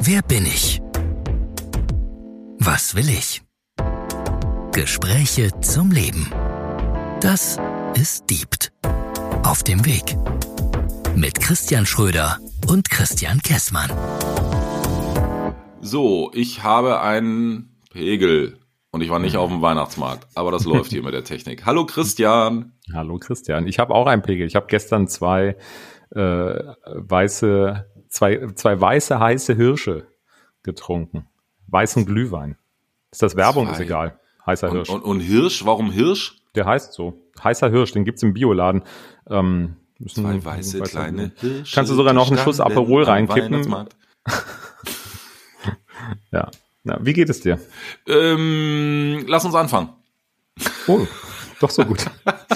Wer bin ich? Was will ich? Gespräche zum Leben. Das ist Diebt. Auf dem Weg. Mit Christian Schröder und Christian Kessmann. So, ich habe einen Pegel und ich war nicht auf dem Weihnachtsmarkt, aber das läuft hier mit der Technik. Hallo Christian. Hallo Christian. Ich habe auch einen Pegel. Ich habe gestern zwei weiße heiße Hirsche getrunken. Weißen Glühwein. Ist das Werbung? Ist egal. Heißer Hirsch. Und Hirsch? Warum Hirsch? Der heißt so. Heißer Hirsch, den gibt's im Bioladen. Zwei weiße kleine Hirsche. Kannst du sogar noch einen Schuss Aperol reinkippen. Ja. Na, wie geht es dir? Lass uns anfangen. Oh, doch so gut.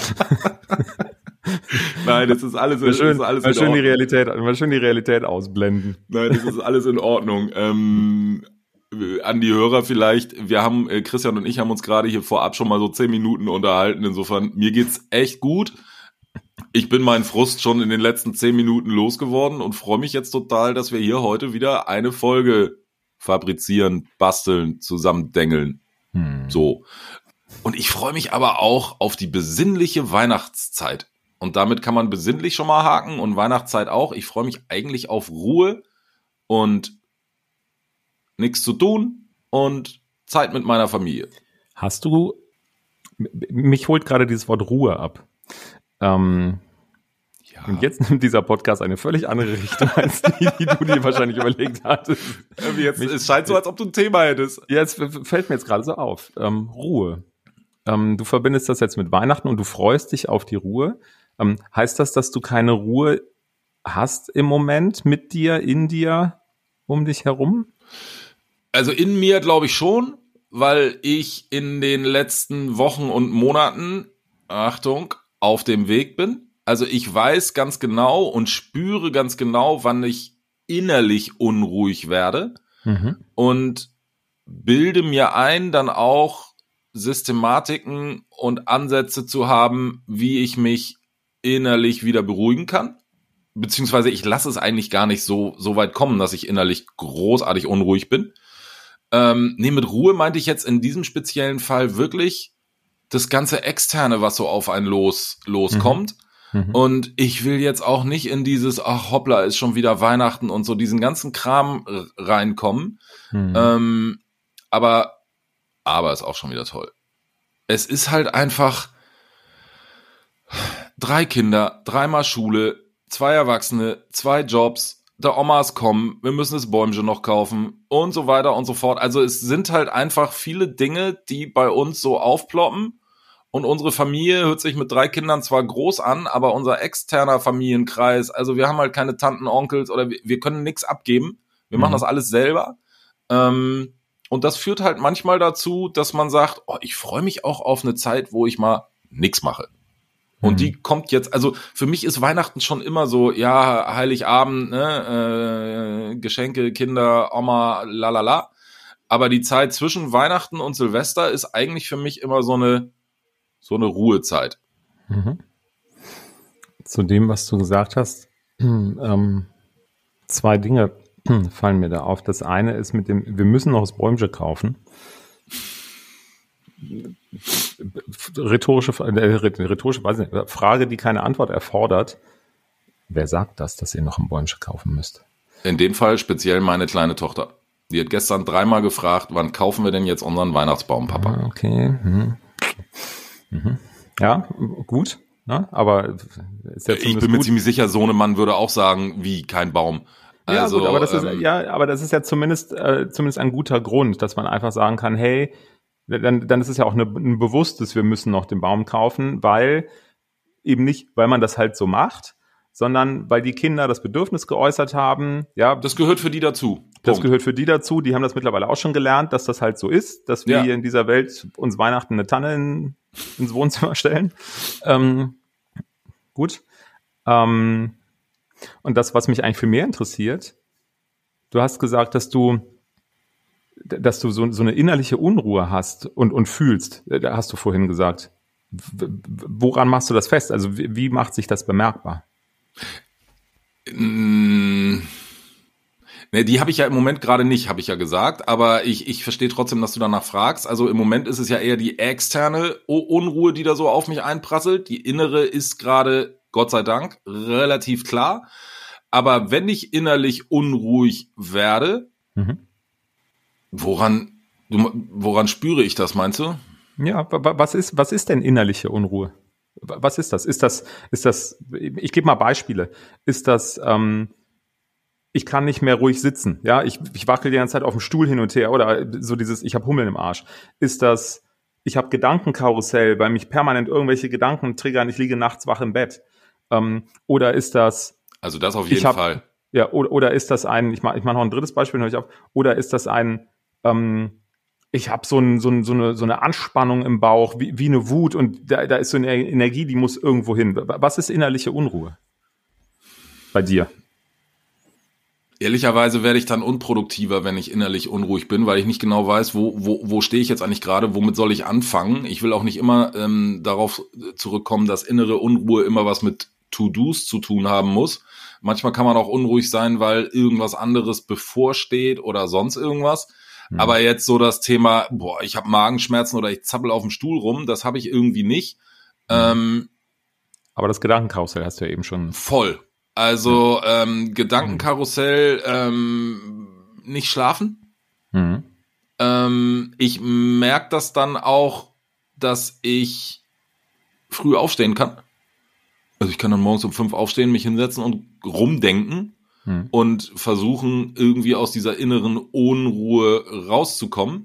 Nein, das ist alles, mal schön, ist alles mal schön die Realität ausblenden. Nein, das ist alles in Ordnung. An die Hörer vielleicht, Christian und ich haben uns gerade hier vorab schon mal so 10 Minuten unterhalten. Insofern, mir geht's echt gut. Ich bin meinen Frust schon in den letzten 10 Minuten losgeworden und freue mich jetzt total, dass wir hier heute wieder eine Folge fabrizieren, basteln, zusammendengeln. So. Und ich freue mich aber auch auf die besinnliche Weihnachtszeit. Und damit kann man besinnlich schon mal haken und Weihnachtszeit auch. Ich freue mich eigentlich auf Ruhe und nichts zu tun und Zeit mit meiner Familie. Mich holt gerade dieses Wort Ruhe ab. Ja. Und jetzt nimmt dieser Podcast eine völlig andere Richtung als die du dir wahrscheinlich überlegt hattest. Es scheint so, als ob du ein Thema hättest. Ja, es fällt mir jetzt gerade so auf. Ruhe. Du verbindest das jetzt mit Weihnachten und du freust dich auf die Ruhe. Heißt das, dass du keine Ruhe hast im Moment mit dir, in dir, um dich herum? Also in mir glaube ich schon, weil ich in den letzten Wochen und Monaten, Achtung, auf dem Weg bin. Also ich weiß ganz genau und spüre ganz genau, wann ich innerlich unruhig werde und bilde mir ein, dann auch Systematiken und Ansätze zu haben, wie ich mich innerlich wieder beruhigen kann. Beziehungsweise ich lasse es eigentlich gar nicht so weit kommen, dass ich innerlich großartig unruhig bin. Mit Ruhe meinte ich jetzt in diesem speziellen Fall wirklich das ganze Externe, was so auf einen loskommt. Und ich will jetzt auch nicht in dieses, ach hoppla, ist schon wieder Weihnachten und so diesen ganzen Kram reinkommen. Aber ist auch schon wieder toll. Es ist halt einfach 3 Kinder, 3-mal Schule, 2 Erwachsene, 2 Jobs, der Omas kommen, wir müssen das Bäumchen noch kaufen und so weiter und so fort. Also es sind halt einfach viele Dinge, die bei uns so aufploppen. Und unsere Familie hört sich mit 3 Kindern zwar groß an, aber unser externer Familienkreis, also wir haben halt keine Tanten, Onkels oder wir können nichts abgeben. Wir machen das alles selber. Und das führt halt manchmal dazu, dass man sagt, oh, ich freue mich auch auf eine Zeit, wo ich mal nichts mache. Und die kommt jetzt, also für mich ist Weihnachten schon immer so, ja, Heiligabend, ne, Geschenke, Kinder, Oma, lalala. Aber die Zeit zwischen Weihnachten und Silvester ist eigentlich für mich immer so eine Ruhezeit. Zu dem, was du gesagt hast, 2 Dinge fallen mir da auf. Das eine ist wir müssen noch das Bäumchen kaufen. Rhetorische Frage, die keine Antwort erfordert. Wer sagt das, dass ihr noch ein Bäumchen kaufen müsst? In dem Fall speziell meine kleine Tochter. Die hat gestern 3-mal gefragt, wann kaufen wir denn jetzt unseren Weihnachtsbaum, Papa? Okay. Ja, gut. Ne? Aber ist ja ich bin mir ziemlich sicher, so ein Mann würde auch sagen, wie kein Baum. Also, ja, gut, aber das ist ja zumindest ein guter Grund, dass man einfach sagen kann, hey, dann ist es ja auch ein bewusstes, wir müssen noch den Baum kaufen, weil eben nicht, weil man das halt so macht, sondern weil die Kinder das Bedürfnis geäußert haben. Ja, das gehört für die dazu. Das gehört für die dazu. Die haben das mittlerweile auch schon gelernt, dass das halt so ist, dass wir hier in dieser Welt uns Weihnachten eine Tanne ins Wohnzimmer stellen. Gut. Und das, was mich eigentlich viel mehr interessiert, du hast gesagt, dass du so eine innerliche Unruhe hast und fühlst, hast du vorhin gesagt. Woran machst du das fest? Also wie macht sich das bemerkbar? Ne, die habe ich ja im Moment gerade nicht, habe ich ja gesagt, aber ich verstehe trotzdem, dass du danach fragst. Also im Moment ist es ja eher die externe Unruhe, die da so auf mich einprasselt. Die innere ist gerade, Gott sei Dank, relativ klar. Aber wenn ich innerlich unruhig werde, woran spüre ich das, meinst du? Ja, was ist denn innerliche Unruhe? Was ist das? Ist das, ich gebe mal Beispiele. Ist das, ich kann nicht mehr ruhig sitzen, ja, ich wackel die ganze Zeit auf dem Stuhl hin und her oder so dieses, ich habe Hummeln im Arsch. Ist das, ich habe Gedankenkarussell, weil mich permanent irgendwelche Gedanken triggern, ich liege nachts wach im Bett. Oder ist das... Also das auf jeden Fall. Ja, oder ist das ein, ich mach noch ein drittes Beispiel, höre ich auf, oder ist das ein, ich habe so eine Anspannung im Bauch, wie eine Wut und da ist so eine Energie, die muss irgendwo hin. Was ist innerliche Unruhe bei dir? Ehrlicherweise werde ich dann unproduktiver, wenn ich innerlich unruhig bin, weil ich nicht genau weiß, wo stehe ich jetzt eigentlich gerade, womit soll ich anfangen. Ich will auch nicht immer darauf zurückkommen, dass innere Unruhe immer was mit To-Dos zu tun haben muss. Manchmal kann man auch unruhig sein, weil irgendwas anderes bevorsteht oder sonst irgendwas. Aber jetzt so das Thema, ich habe Magenschmerzen oder ich zappel auf dem Stuhl rum, das habe ich irgendwie nicht. Aber das Gedankenkarussell hast du ja eben schon. Voll. Also Gedankenkarussell, nicht schlafen. Ich merke das dann auch, dass ich früh aufstehen kann. Also ich kann dann morgens um 5 aufstehen, mich hinsetzen und rumdenken und versuchen, irgendwie aus dieser inneren Unruhe rauszukommen.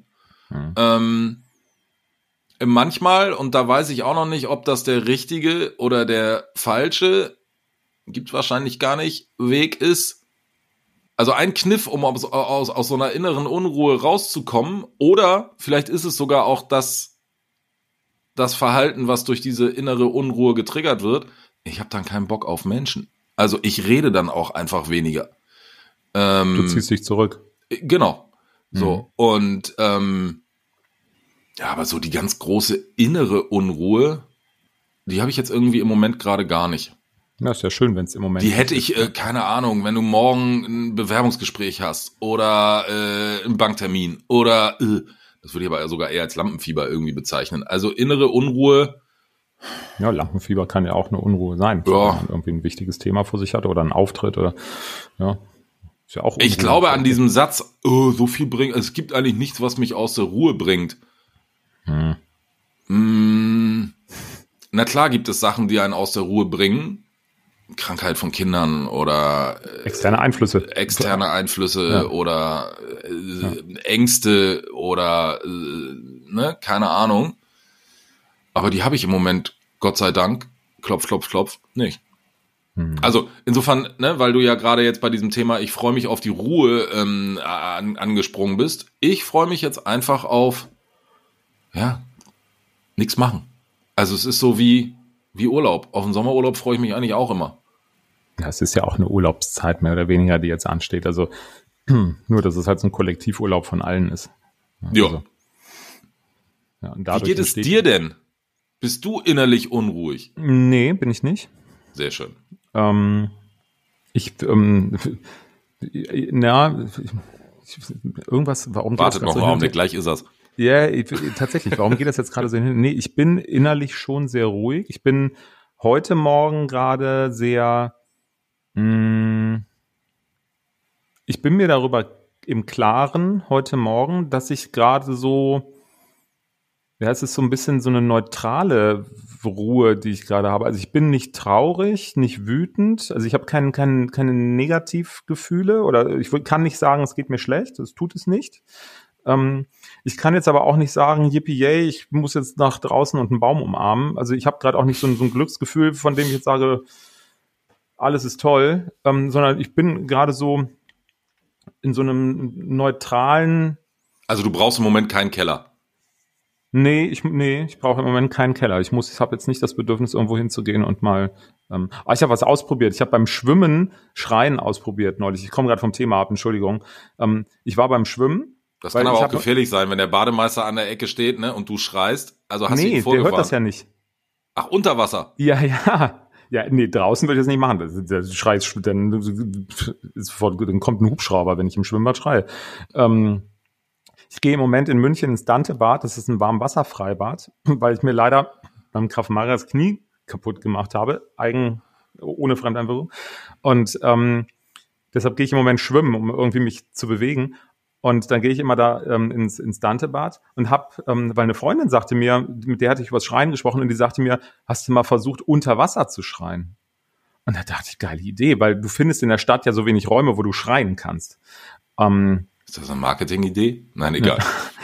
Manchmal, und da weiß ich auch noch nicht, ob das der richtige oder der falsche, gibt wahrscheinlich gar nicht, Weg ist. Also ein Kniff, um aus so einer inneren Unruhe rauszukommen, oder vielleicht ist es sogar auch das Verhalten, was durch diese innere Unruhe getriggert wird. Ich habe dann keinen Bock auf Menschen. Also ich rede dann auch einfach weniger. Du ziehst dich zurück. Genau. So. Und ja, aber so die ganz große innere Unruhe, die habe ich jetzt irgendwie im Moment gerade gar nicht. Ja, ist ja schön, wenn es im Moment... Die hätte ich, keine Ahnung, wenn du morgen ein Bewerbungsgespräch hast oder einen Banktermin oder, das würde ich aber sogar eher als Lampenfieber irgendwie bezeichnen. Also innere Unruhe... Ja, Lampenfieber kann ja auch eine Unruhe sein, wenn man irgendwie ein wichtiges Thema vor sich hat oder einen Auftritt oder ja, ist ja auch Unruhe. Ich glaube an diesem Satz, so viel bringt, es gibt eigentlich nichts, was mich aus der Ruhe bringt. Na klar gibt es Sachen, die einen aus der Ruhe bringen. Krankheit von Kindern oder externe Einflüsse ja. Oder Ängste oder keine Ahnung. Aber die habe ich im Moment, Gott sei Dank, klopf, klopf, klopf, nicht. Also insofern, weil du ja gerade jetzt bei diesem Thema, ich freue mich auf die Ruhe angesprungen bist. Ich freue mich jetzt einfach auf, nichts machen. Also es ist so wie Urlaub. Auf den Sommerurlaub freue ich mich eigentlich auch immer. Ja, es ist ja auch eine Urlaubszeit mehr oder weniger, die jetzt ansteht. Also nur, dass es halt so ein Kollektivurlaub von allen ist. Also, ja, und wie geht es dir denn? Bist du innerlich unruhig? Nee, bin ich nicht. Sehr schön. Irgendwas, warum wartet noch einen Augenblick, gleich ist das. Ja, tatsächlich, warum geht das jetzt gerade so hin? Nee, ich bin innerlich schon sehr ruhig. Ich bin heute Morgen gerade sehr, ich bin mir darüber im Klaren heute Morgen, dass ich gerade so, es ist so ein bisschen so eine neutrale Ruhe, die ich gerade habe. Also ich bin nicht traurig, nicht wütend. Also ich habe keine Negativgefühle oder ich kann nicht sagen, es geht mir schlecht. Das tut es nicht. Ich kann jetzt aber auch nicht sagen, yippie yay, ich muss jetzt nach draußen und einen Baum umarmen. Also ich habe gerade auch nicht so ein Glücksgefühl, von dem ich jetzt sage, alles ist toll, sondern ich bin gerade so in so einem neutralen... Also du brauchst im Moment keinen Keller. Nee, ich brauche im Moment keinen Keller. Ich habe jetzt nicht das Bedürfnis, irgendwo hinzugehen und mal... ich habe was ausprobiert. Ich habe beim Schwimmen Schreien ausprobiert neulich. Ich komme gerade vom Thema ab, Entschuldigung. Ich war beim Schwimmen. Das kann aber auch gefährlich sein, wenn der Bademeister an der Ecke steht, und du schreist. Also hast du ihn vorgewarnt. Der hört das ja nicht. Ach, unter Wasser? Ja. Ja, nee, draußen würde ich das nicht machen. Das schreit, dann kommt ein Hubschrauber, wenn ich im Schwimmbad schreie. Ich gehe im Moment in München ins Dante-Bad. Das ist ein Warmwasserfreibad, weil ich mir leider beim Krav Maga das Knie kaputt gemacht habe, ohne Fremdeinwirkung. Und deshalb gehe ich im Moment schwimmen, um irgendwie mich zu bewegen. Und dann gehe ich immer da ins Dante-Bad und weil eine Freundin sagte mir, mit der hatte ich über das Schreien gesprochen, und die sagte mir, hast du mal versucht, unter Wasser zu schreien? Und da dachte ich, geile Idee, weil du findest in der Stadt ja so wenig Räume, wo du schreien kannst. Ist das eine Marketing-Idee? Nein, egal.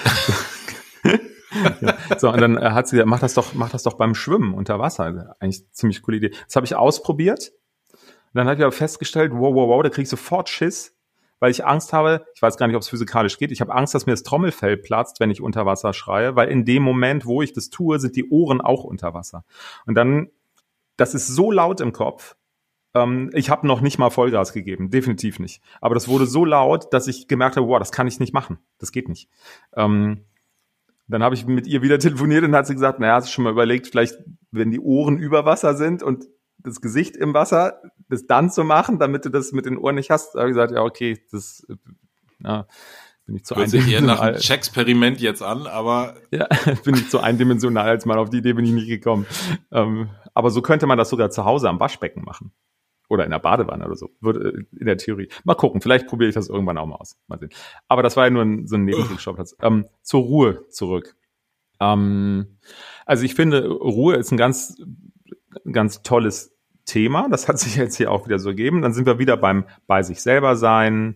Ja. So, und dann hat sie gesagt, mach das doch beim Schwimmen unter Wasser. Eigentlich eine ziemlich coole Idee. Das habe ich ausprobiert. Und dann habe ich aber festgestellt, wow, da kriege ich sofort Schiss, weil ich Angst habe, ich weiß gar nicht, ob es physikalisch geht, ich habe Angst, dass mir das Trommelfell platzt, wenn ich unter Wasser schreie, weil in dem Moment, wo ich das tue, sind die Ohren auch unter Wasser. Und dann, das ist so laut im Kopf, ich habe noch nicht mal Vollgas gegeben, definitiv nicht. Aber das wurde so laut, dass ich gemerkt habe, wow, das kann ich nicht machen, das geht nicht. Dann habe ich mit ihr wieder telefoniert und hat sie gesagt, naja, hast du schon mal überlegt, vielleicht, wenn die Ohren über Wasser sind und das Gesicht im Wasser, das dann zu machen, damit du das mit den Ohren nicht hast. Da habe ich gesagt, ja, okay, das bin ich zu hört sich eher nach einem Experiment jetzt an, aber ja, bin ich zu eindimensional, als mal auf die Idee bin ich nicht gekommen. Aber so könnte man das sogar zu Hause am Waschbecken machen. Oder in der Badewanne oder so. Würde in der Theorie. Mal gucken, vielleicht probiere ich das irgendwann auch mal aus. Mal sehen. Aber das war ja nur so ein Nebenkriegsschauplatz. Zur Ruhe zurück. Also ich finde, Ruhe ist ein ganz, ganz tolles Thema. Das hat sich jetzt hier auch wieder so ergeben. Dann sind wir wieder beim bei sich selber sein.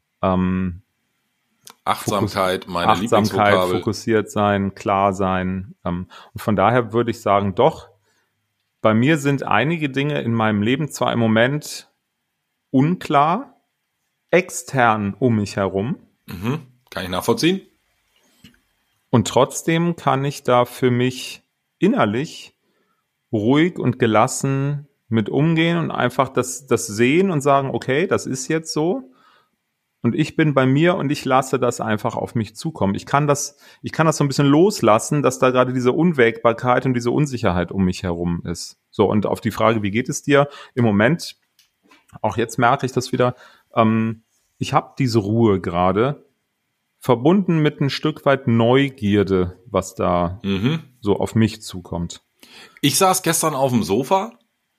Achtsamkeit, meine Lieblingsvokabel. Fokussiert sein, klar sein. Und von daher würde ich sagen, doch, bei mir sind einige Dinge in meinem Leben zwar im Moment unklar, extern um mich herum. Kann ich nachvollziehen. Und trotzdem kann ich da für mich innerlich ruhig und gelassen mit umgehen und einfach das sehen und sagen, okay, das ist jetzt so. Und ich bin bei mir und ich lasse das einfach auf mich zukommen. Ich kann das so ein bisschen loslassen, dass da gerade diese Unwägbarkeit und diese Unsicherheit um mich herum ist. So, und auf die Frage, wie geht es dir? Im Moment, auch jetzt merke ich das wieder, ich habe diese Ruhe gerade, verbunden mit ein Stück weit Neugierde, was da so auf mich zukommt. Ich saß gestern auf dem Sofa,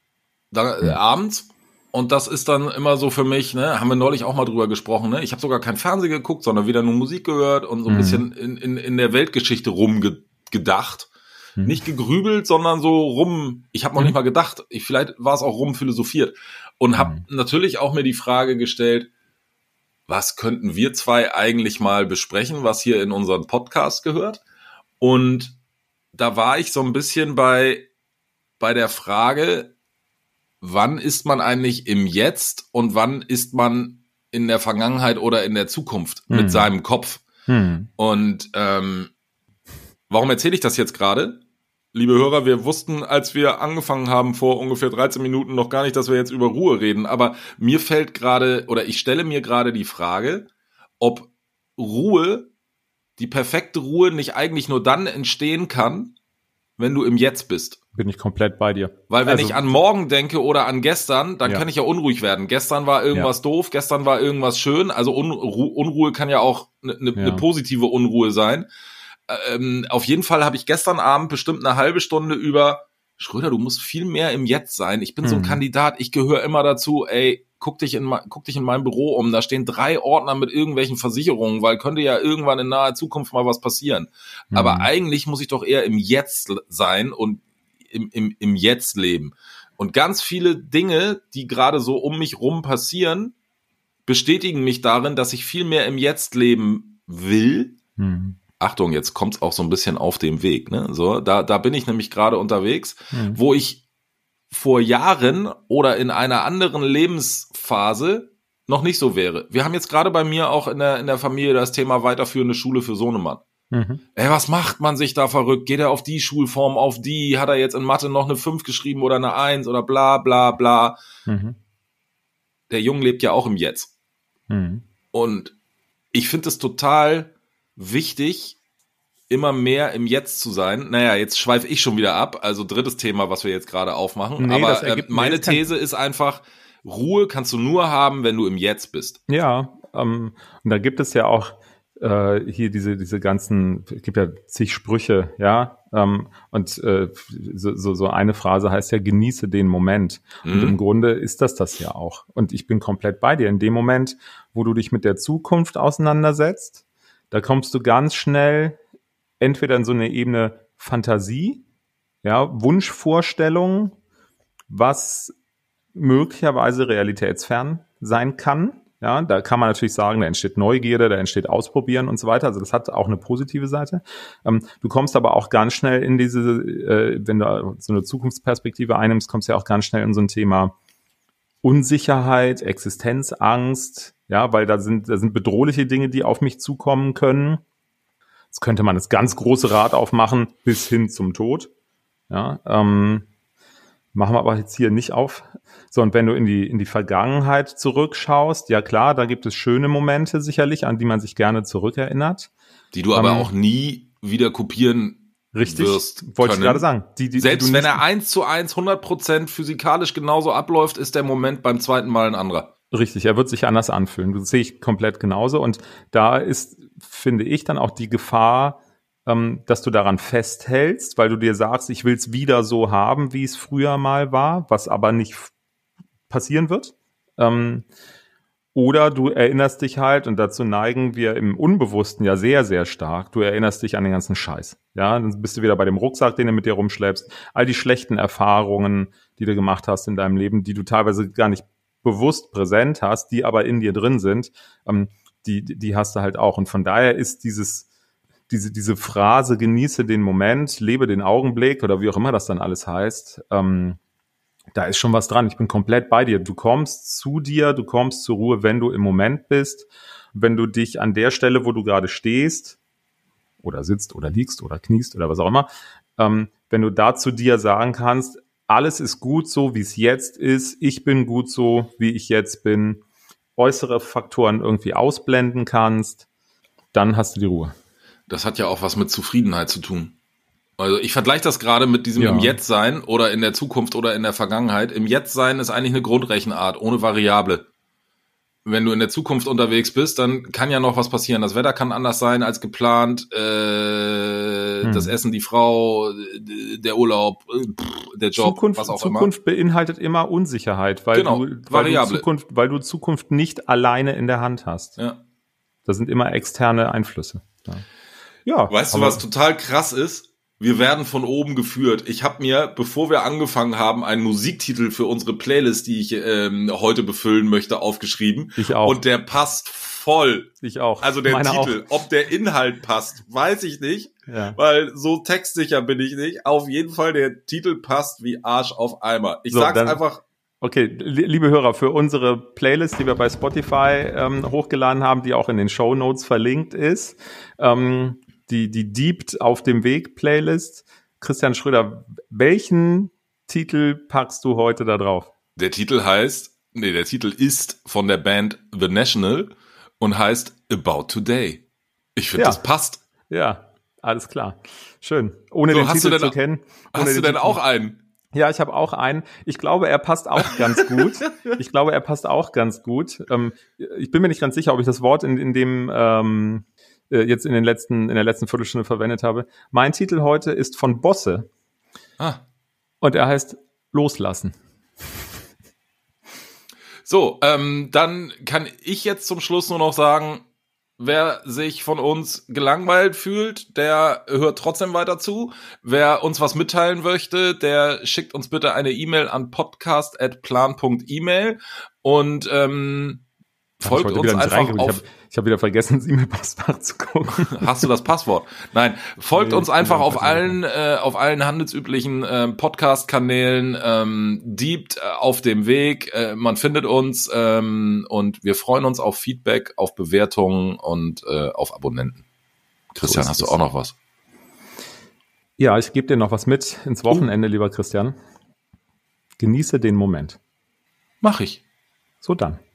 abends, und das ist dann immer so für mich, ne, haben wir neulich auch mal drüber gesprochen, ne? Ich habe sogar kein Fernsehen geguckt, sondern wieder nur Musik gehört und so ein bisschen in der Weltgeschichte rumgedacht. Nicht gegrübelt, sondern so ich habe noch nicht mal gedacht, vielleicht war es auch rumphilosophiert. Und habe natürlich auch mir die Frage gestellt, was könnten wir zwei eigentlich mal besprechen, was hier in unseren Podcast gehört? Und da war ich so ein bisschen bei der Frage, wann ist man eigentlich im Jetzt und wann ist man in der Vergangenheit oder in der Zukunft mit seinem Kopf? Und warum erzähle ich das jetzt gerade? Liebe Hörer, wir wussten, als wir angefangen haben vor ungefähr 13 Minuten noch gar nicht, dass wir jetzt über Ruhe reden, aber mir fällt gerade, oder ich stelle mir gerade die Frage, ob Ruhe, die perfekte Ruhe nicht eigentlich nur dann entstehen kann, wenn du im Jetzt bist. Bin ich komplett bei dir. Weil wenn ich an morgen denke oder an gestern, dann kann ich ja unruhig werden. Gestern war irgendwas doof, gestern war irgendwas schön. Also Unruhe kann ja auch eine positive Unruhe sein. Auf jeden Fall habe ich gestern Abend bestimmt eine halbe Stunde über, Schröder, du musst viel mehr im Jetzt sein. Ich bin so ein Kandidat, ich gehöre immer dazu, ey, guck dich in meinem Büro um, da stehen 3 Ordner mit irgendwelchen Versicherungen, weil könnte ja irgendwann in naher Zukunft mal was passieren. Aber eigentlich muss ich doch eher im Jetzt sein und im Jetzt leben. Und ganz viele Dinge, die gerade so um mich rum passieren, bestätigen mich darin, dass ich viel mehr im Jetzt leben will. Achtung, jetzt kommt's auch so ein bisschen auf dem Weg, ne? So, da bin ich nämlich gerade unterwegs, wo ich vor Jahren oder in einer anderen Lebensphase noch nicht so wäre. Wir haben jetzt gerade bei mir auch in der Familie das Thema weiterführende Schule für Sohnemann. Ey, was macht man sich da verrückt? Geht er auf die Schulform, auf die? Hat er jetzt in Mathe noch eine 5 geschrieben oder eine 1 oder bla bla bla? Der Junge lebt ja auch im Jetzt. Und ich finde es total wichtig, immer mehr im Jetzt zu sein. Naja, jetzt schweife ich schon wieder ab, also drittes Thema, was wir jetzt gerade aufmachen. Nee, aber meine kein- These ist einfach, Ruhe kannst du nur haben, wenn du im Jetzt bist. Ja, und da gibt es ja auch hier diese ganzen, es gibt ja zig Sprüche, ja, und so eine Phrase heißt ja, genieße den Moment. Und im Grunde ist das ja auch. Und ich bin komplett bei dir. In dem Moment, wo du dich mit der Zukunft auseinandersetzt, da kommst du ganz schnell entweder in so eine Ebene Fantasie, ja, Wunschvorstellung, was möglicherweise realitätsfern sein kann. Ja, da kann man natürlich sagen, da entsteht Neugierde, da entsteht Ausprobieren und so weiter. Also das hat auch eine positive Seite. Du kommst aber auch ganz schnell in diese, wenn du so eine Zukunftsperspektive einnimmst, kommst du ja auch ganz schnell in so ein Thema Unsicherheit, Existenzangst, ja, weil da sind bedrohliche Dinge, die auf mich zukommen können. Jetzt könnte man das ganz große Rad aufmachen bis hin zum Tod. Ja, machen wir aber jetzt hier nicht auf. So, und wenn du in die Vergangenheit zurückschaust, ja klar, da gibt es schöne Momente sicherlich, an die man sich gerne zurückerinnert. Die du aber auch nie wieder kopieren wirst. Wollte ich gerade sagen. Selbst wenn er 1:1, 100% physikalisch genauso abläuft, ist der Moment beim zweiten Mal ein anderer. Richtig, er wird sich anders anfühlen. Das sehe ich komplett genauso. Und da ist, finde ich, dann auch die Gefahr, dass du daran festhältst, weil du dir sagst, ich will es wieder so haben, wie es früher mal war, was aber nicht passieren wird. Oder du erinnerst dich halt, und dazu neigen wir im Unbewussten ja sehr, sehr stark, du erinnerst dich an den ganzen Scheiß. Ja, dann bist du wieder bei dem Rucksack, den du mit dir rumschleppst, all die schlechten Erfahrungen, die du gemacht hast in deinem Leben, die du teilweise gar nicht bewusst präsent hast, die aber in dir drin sind, die hast du halt auch. Und von daher ist diese Phrase, genieße den Moment, lebe den Augenblick oder wie auch immer das dann alles heißt, da ist schon was dran. Ich bin komplett bei dir. Du kommst zu dir, du kommst zur Ruhe, wenn du im Moment bist. Wenn du dich an der Stelle, wo du gerade stehst oder sitzt oder liegst oder kniest oder was auch immer, wenn du da zu dir sagen kannst, alles ist gut so, wie es jetzt ist, ich bin gut so, wie ich jetzt bin, äußere Faktoren irgendwie ausblenden kannst, dann hast du die Ruhe. Das hat ja auch was mit Zufriedenheit zu tun. Also ich vergleiche das gerade mit diesem im Jetzt-Sein oder in der Zukunft oder in der Vergangenheit. Im Jetzt-Sein ist eigentlich eine Grundrechenart, ohne Variable. Wenn du in der Zukunft unterwegs bist, dann kann ja noch was passieren. Das Wetter kann anders sein als geplant, das Essen, die Frau, der Urlaub, der Job, was auch immer. Zukunft beinhaltet immer Unsicherheit, weil du Zukunft nicht alleine in der Hand hast. Ja. Das sind immer externe Einflüsse. Ja, weißt du, was total krass ist? Wir werden von oben geführt. Ich habe mir, bevor wir angefangen haben, einen Musiktitel für unsere Playlist, die ich heute befüllen möchte, aufgeschrieben. Ich auch. Und der passt voll. Ich auch. Also der Titel. Auch. Ob der Inhalt passt, weiß ich nicht. Ja. Weil so textsicher bin ich nicht. Auf jeden Fall, der Titel passt wie Arsch auf Eimer. Ich sag's einfach. Okay, liebe Hörer, für unsere Playlist, die wir bei Spotify hochgeladen haben, die auch in den Shownotes verlinkt ist, die Deeped auf dem Weg Playlist. Christian Schröder, welchen Titel packst du heute da drauf? Der Titel ist von der Band The National und heißt About Today. Ich finde, das passt. Ja, alles klar. Schön. Ohne den Titel zu kennen. Hast du denn auch einen? Ja, ich habe auch einen. Ich glaube, er passt auch ganz gut. Ich bin mir nicht ganz sicher, ob ich das Wort in dem jetzt in der letzten Viertelstunde verwendet habe. Mein Titel heute ist von Bosse. Und er heißt Loslassen. So, dann kann ich jetzt zum Schluss nur noch sagen, wer sich von uns gelangweilt fühlt, der hört trotzdem weiter zu. Wer uns was mitteilen möchte, der schickt uns bitte eine E-Mail an podcast@plan.email und folgt uns einfach auf... Ich habe wieder vergessen, das E-Mail-Postfach zu gucken. Hast du das Passwort? Nein. Folgt uns einfach auf allen handelsüblichen Podcast-Kanälen, Deeped auf dem Weg. Man findet uns und wir freuen uns auf Feedback, auf Bewertungen und auf Abonnenten. Christian, so hast du auch noch was? Ja, ich gebe dir noch was mit ins Wochenende, lieber Christian. Genieße den Moment. Mach ich. So dann.